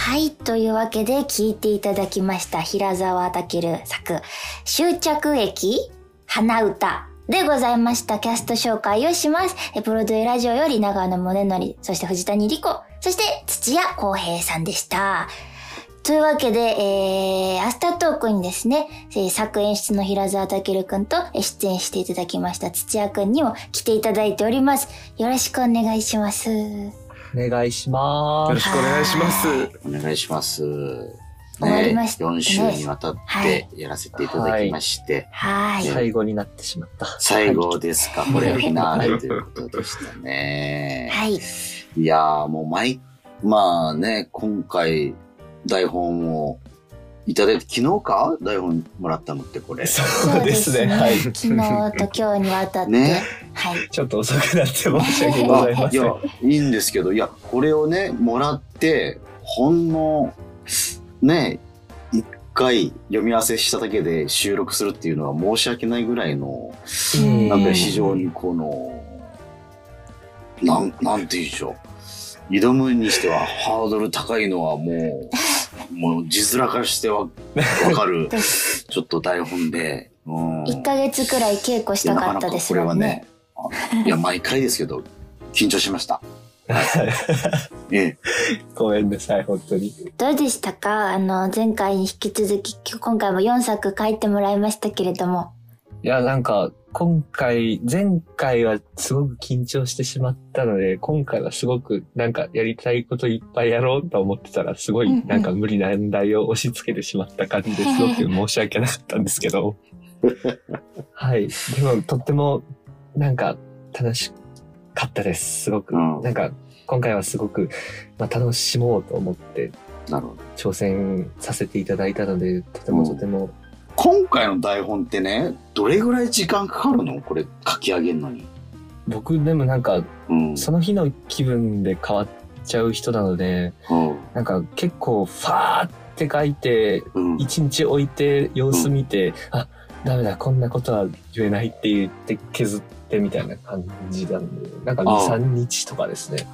はい、というわけで聞いていただきました平沢健作終着駅花歌でございました。キャスト紹介をします。プロドゥエラジオより長野宗則、そして藤谷莉子、そして土屋康平さんでした。というわけで、アフタートークにですね、作演出の平沢健くんと出演していただきました土屋くんにも来ていただいております。よろしくお願いします。 お願いします。 よろしくお願いします。 お願いします。 終わりましたね。 4週にわたってやらせていただきまして。 はい。 最後になってしまった。 最後ですか。これフィナーレということでしたね。 はい。 いやーもうまあね、今回台本をいただいて、昨日か台本もらったのってこれ。 そうですね。はい。 昨日と今日にわたって。 ね。 はい。 ちょっと遅くなって申し訳ございません。 いや、いいんですけど、いや、これをね、もらって、ほんの、ね、一回読み合わせしただけで収録するっていうのは申し訳ないぐらいの、なんか非常にこの、なんて言うんでしょう。挑むにしてはハードル高いのはもう字面からしてわかる、ちょっと台本で。 1ヶ月くらい稽古したかったですもんね。 これはね、いや、毎回ですけど、緊張しました。 ごめんなさい、本当に。 どうでしたか？前回に引き続き、今回も4作書いてもらいましたけれども。 いや、なんか、前回はすごく緊張してしまったので、今回はすごくなんかやりたいこといっぱいやろうと思ってたら、すごいなんか無理な問題を押し付けてしまった感じですごく申し訳なかったんですけど。はい。でも、とってもなんか楽しかったです。すごく。なんか、今回はすごく、楽しもうと思って、挑戦させていただいたので、とても、 今回の台本ってね、どれぐらい時間かかるの？これ書き上げるのに。 僕でもなんか、その日の気分で変わっちゃう人なので、なんか結構ファーって書いて、一日置いて様子見て、あ、ダメだ、こんなことは言えないって言って削ってみたいな感じなんで、なんか2、3日とかですね。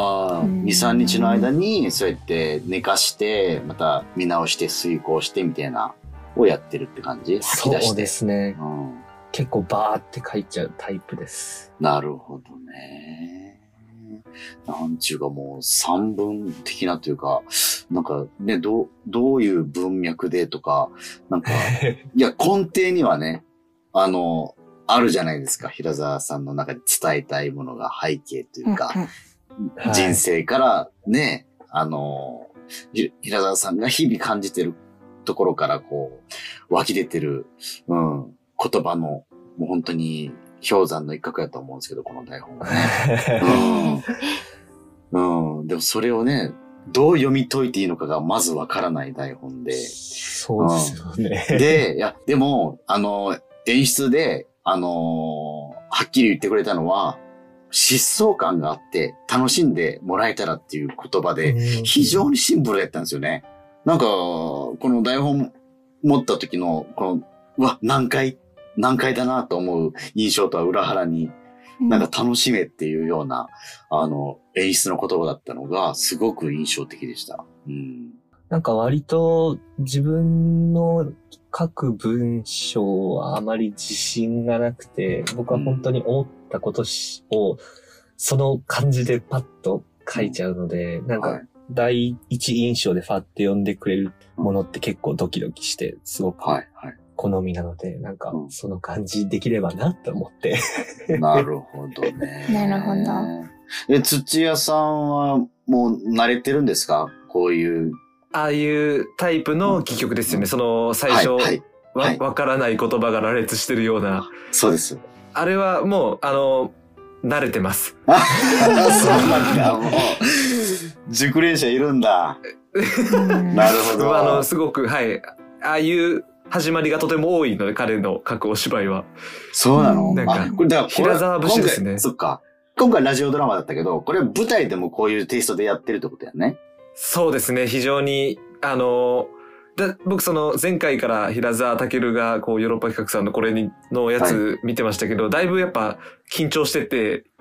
2、3日の間にそうやって寝かして、また見直して遂行してみたいな。をやってるって感じ？ そうですね。結構バーって書いちゃうタイプです。 なるほどね。なんちゅうかもう散文的なというか、なんかね、どういう文脈でとか、なんか、いや、根底にはね、あるじゃないですか。平沢さんの中で伝えたいものが背景というか、人生からね、平沢さんが日々感じてるところからこう湧き出てる、言葉のもう本当に氷山の一角やと思うんですけど、この台本はね。でもそれをね、どう読み解いていいのかがまずわからない台本で。 そうですよね。 で、いや、でも、演出で、はっきり言ってくれたのは、疾走感があって楽しんでもらえたらっていう言葉で、非常にシンプルやったんですよね。なんか、この台本持った時の、難解だなと思う印象とは裏腹に、なんか楽しめっていうような、演出の言葉だったのが、すごく印象的でした。 なんか割と自分の書く文章はあまり自信がなくて、僕は本当に思ったことを、その感じでパッと書いちゃうので、なんか、第一印象でファって読んでくれるものって結構ドキドキして、すごく好みなので、なんかその感じできればなと思って。 なるほどね。 なるほど。 土屋さんはもう慣れてるんですか？こういう。 ああいうタイプの戯曲ですよね。その最初、わからない言葉が羅列してるような。 そうです。 あれはもう、慣れてます。 そうなんだ、もう。熟練者いるんだ。なるほど。 すごく、はい。ああいう始まりがとても多いので、彼の書くお芝居は。 そうなの？ なんか、平沢節ですね。 そっか。今回ラジオドラマだったけど、これ舞台でもこういうテイストでやってるってことやね。 そうですね。非常に、僕その前回から平沢健がこうヨーロッパ企画さんのこれのやつ見てましたけど、だいぶやっぱ緊張してて、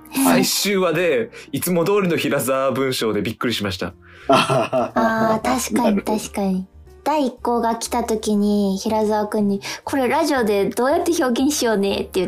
最終話で、いつも通りの平沢文章でびっくりしました。 ああ、確かに確かに。第一項が来た時に平沢くんに、これラジオでどうやって表現しようねって言って、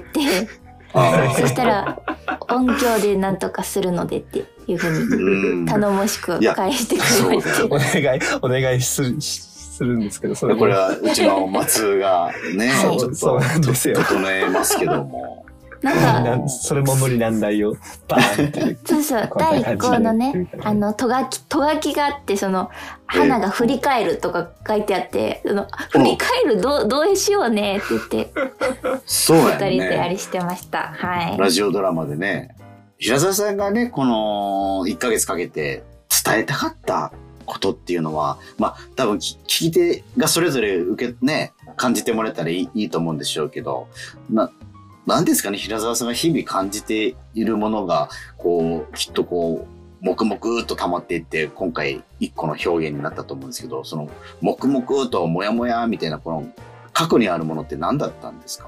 そしたら音響でなんとかするのでっていうふうに頼もしく返してくれました。お願いするんですけど、それこれはうちの松がね、 はい、 ちょっと整えますけども。 なんかそれも無理なんだよ。バーンって。 そうそう。第一項のね、とがきがあって、その、花が振り返るとか書いてあって、振り返るどうしようねって言って、 そうやね。 二人でありしてました。はい。 ラジオドラマでね、平沢さんがね、この1ヶ月かけて伝えたかったことっていうのは、まあ、多分聞き手がそれぞれ感じてもらえたらいいと思うんでしょうけど、なんですかね、平沢さんが日々感じているものが、きっと黙々と溜まっていって、今回一個の表現になったと思うんですけど、その、黙々ともやもやみたいな、この、過去にあるものって何だったんですか？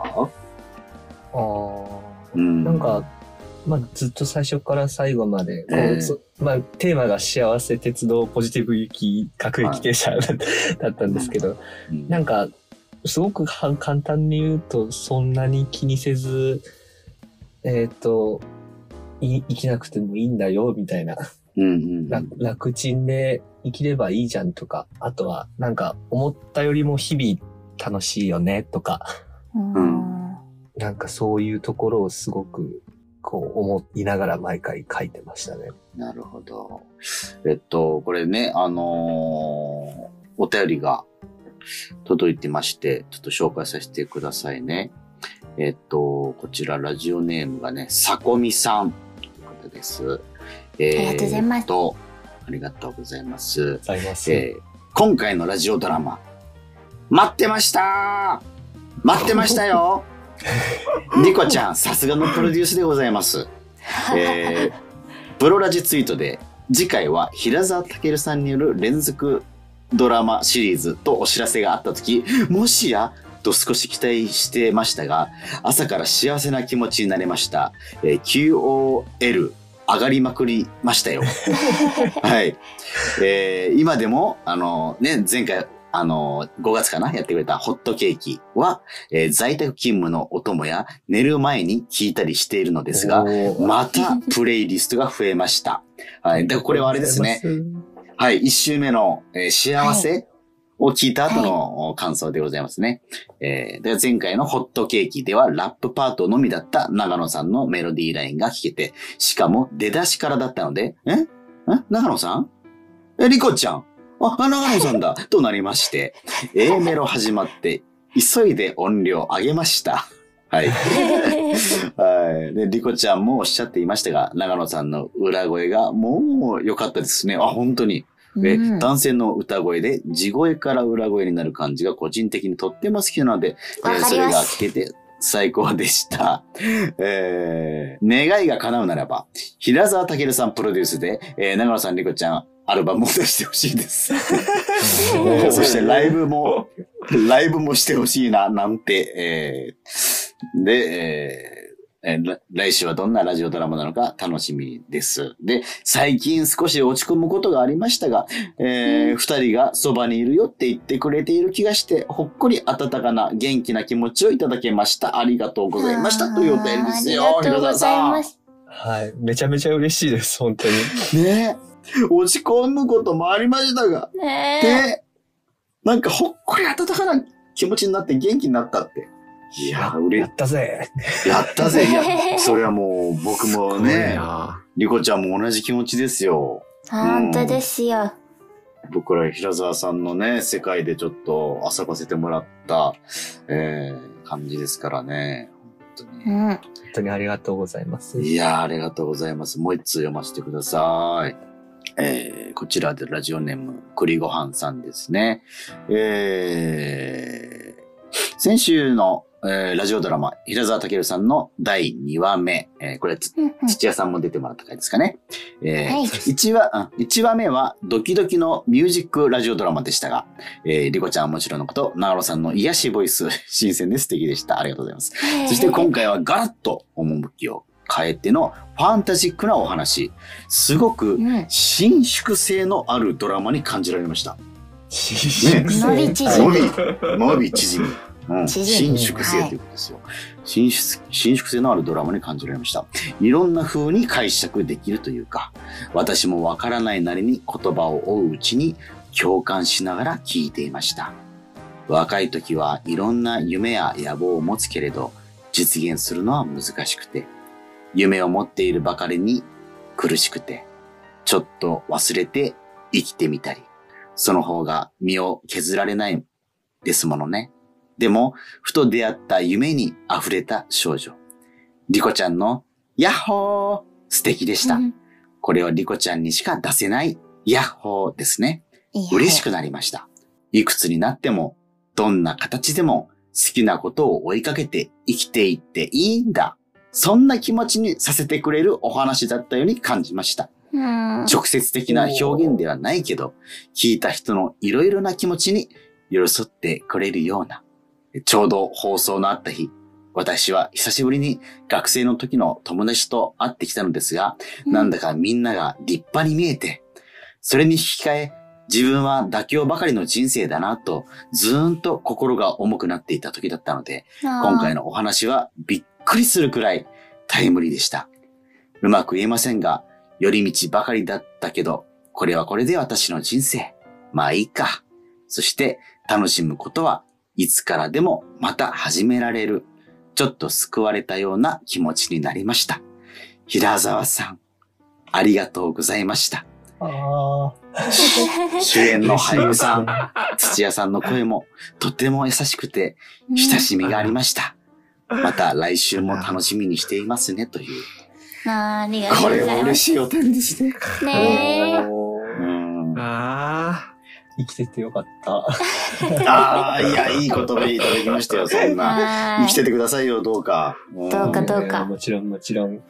なんか、ずっと最初から最後まで、テーマが幸せ、鉄道、ポジティブ行き、各駅停車だったんですけど、なんか、すごく簡単に言うと、そんなに気にせず、生きなくてもいいんだよ、みたいな。楽ちんで生きればいいじゃんとか、あとは、なんか、思ったよりも日々楽しいよね、とか。なんかそういうところをすごく、思いながら毎回書いてましたね。 なるほど。これね、お便りが、届いてまして、ちょっと紹介させてくださいね。こちらラジオネームがね、さこみさんという方です。 ありがとうございます。 ありがとうございます。今回のラジオドラマ、待ってましたよリコちゃん、さすがのプロデュースでございます。プロラジツイートで、次回は平沢健さんによる連続ドラマシリーズとお知らせがあったとき、もしやと少し期待してましたが、朝から幸せな気持ちになりました。QOL 上がりまくりましたよ。はい。今でも、前回、5月かなやってくれたホットケーキは、在宅勤務のお供や寝る前に聞いたりしているのですが、またプレイリストが増えました。はい。で、これはあれですね。はい。一週目の、幸せを聞いた後の感想でございますね。で前回のホットケーキではラップパートのみだった長野さんのメロディーラインが聞けて、しかも出だしからだったので、長野さんリコちゃん長野さんだとなりまして、A メロ始まって急いで音量上げました。はい。はい。で、リコちゃんもおっしゃっていましたが、長野さんの裏声がもう良かったですね。本当に。男性の歌声で地声から裏声になる感じが個人的にとっても好きなので、それが聞けて最高でした。願いが叶うならば、平沢健さんプロデュースで、長野さん、リコちゃん、アルバムを出してほしいです。そしてライブもしてほしいな、なんて、来週はどんなラジオドラマなのか楽しみです。で、最近少し落ち込むことがありましたが、二人がそばにいるよって言ってくれている気がして、ほっこり温かな元気な気持ちをいただけました。ありがとうございました。というお便りですよ。 ありがとうございます。 はい。めちゃめちゃ嬉しいです。本当に。 ね落ち込むこともありましたが。なんかほっこり温かな気持ちになって元気になったって。いや、 やったぜ。 やったぜ。いや、それはもう僕もね、リコちゃんも同じ気持ちですよ。 本当ですよ。 僕ら平沢さんのね、世界でちょっと遊ばせてもらった、感じですからね。 本当にありがとうございます。 いや、ありがとうございます。もう一通読ませてください。こちらでラジオネーム、栗ごはんさんですね。先週の、ラジオドラマ、平沢健さんの第2話目。これ、土屋さんも出てもらった回ですかね。1話目はドキドキのミュージックラジオドラマでしたが、リコちゃんはもちろんのこと、長野さんの癒しボイス、新鮮で素敵でした。ありがとうございます。そして今回はガラッと趣を変えてのファンタジックなお話、すごく伸縮性のあるドラマに感じられました。 伸伸び縮み。 伸び縮み。伸縮性ということですよ。伸縮性のあるドラマに感じられました。いろんな風に解釈できるというか、私もわからないなりに言葉を追ううちに共感しながら聞いていました。若い時はいろんな夢や野望を持つけれど、実現するのは難しくて、夢を持っているばかりに苦しくて、ちょっと忘れて生きてみたり、その方が身を削られないですものね。でも、ふと出会った夢に溢れた少女。リコちゃんのヤッホー素敵でした。これはリコちゃんにしか出せないヤッホーですね。嬉しくなりました。いくつになっても、どんな形でも好きなことを追いかけて生きていっていいんだ。そんな気持ちにさせてくれるお話だったように感じました。直接的な表現ではないけど、聞いた人のいろいろな気持ちに寄り添ってくれるような。ちょうど放送のあった日、私は久しぶりに学生の時の友達と会ってきたのですが、なんだかみんなが立派に見えて、それに引き換え、自分は妥協ばかりの人生だなと、ずーんと心が重くなっていた時だったので、今回のお話はびっくりするくらいタイムリーでした。うまく言えませんが、寄り道ばかりだったけど、これはこれで私の人生。まあいいか。そして楽しむことはいつからでもまた始められる。ちょっと救われたような気持ちになりました。平沢さん、ありがとうございました。主演の俳優さん、土屋さんの声もとても優しくて親しみがありました。また来週も楽しみにしていますねという。 ありがとうございます。 これは嬉しいお便りですね。 ね生きててよかった。 いや、いい言葉いただきましたよ、そんな。生きててくださいよ、どうか。 どうかどうか。 もちろんもちろん。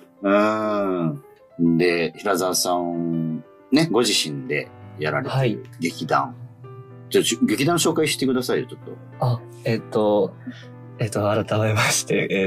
で、平沢さん、ね、ご自身でやられてる劇団。じゃあ、劇団紹介してくださいよ、ちょっと。 改めまして、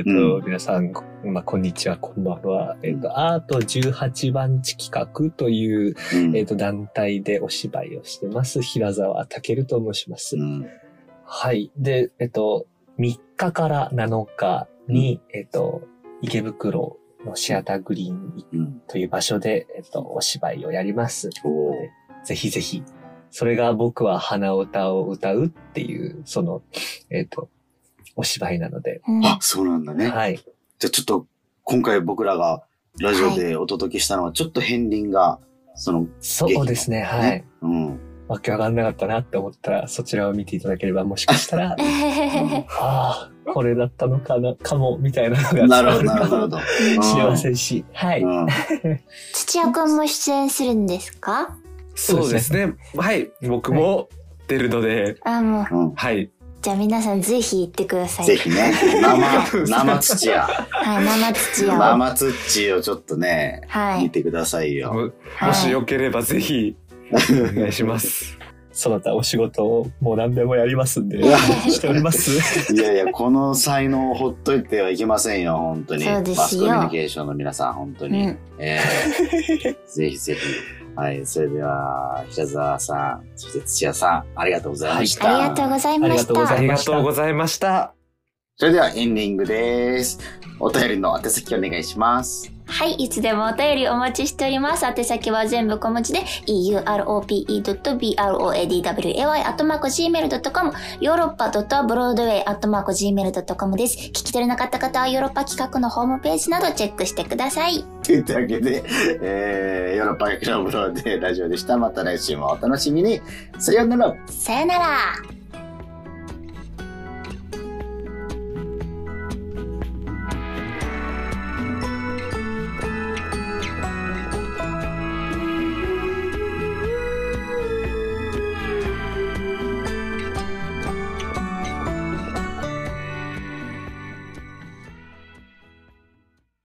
皆さん、こんにちは、こんばんは。アート18番地企画という、団体でお芝居をしてます、平沢健と申します。はい。で、3日から7日に、池袋のシアターグリーンという場所で、お芝居をやります。ぜひぜひ。それが僕は鼻歌を歌うっていう、お芝居なので。 そうなんだね。 はい。 じゃあちょっと、今回僕らがラジオでお届けしたのは、ちょっと片鱗が、 そうですね、はい。わけわかんなかったなって思ったら、そちらを見ていただければ、もしかしたら、これだったのかも、みたいなのが。 なるほど、なるほど。 知りませんし、はい。 土屋くんも出演するんですか？ そうですね。はい。僕も出るので。はい。 じゃあ皆さんぜひ行ってください。 ぜひね。生土屋。 はい、生土屋を。 生土をちょっとね、見てくださいよ。 もしよければぜひ、お願いします。 その他お仕事をもう何でもやりますんで、しております。 いやいや、この才能をほっといてはいけませんよ、本当に。 そうですよ。 マスコミュニケーションの皆さん、本当に。ぜひぜひ。はい、それでは、平沢さん、そして土屋さん、ありがとうございました。 ありがとうございました。 ありがとうございました。 それではエンディングです。お便りの宛先お願いします。 はい、いつでもお便りお待ちしております。宛先は全部小文字で europe.broadway@gmail.com ヨーロッパ .broadway@gmail.com です。聞き取れなかった方はヨーロッパ企画のホームページなどチェックしてください。 というわけで、ヨーロッパ企画のブロードウェイラジオでした。また来週もお楽しみに。さようなら。 さよなら。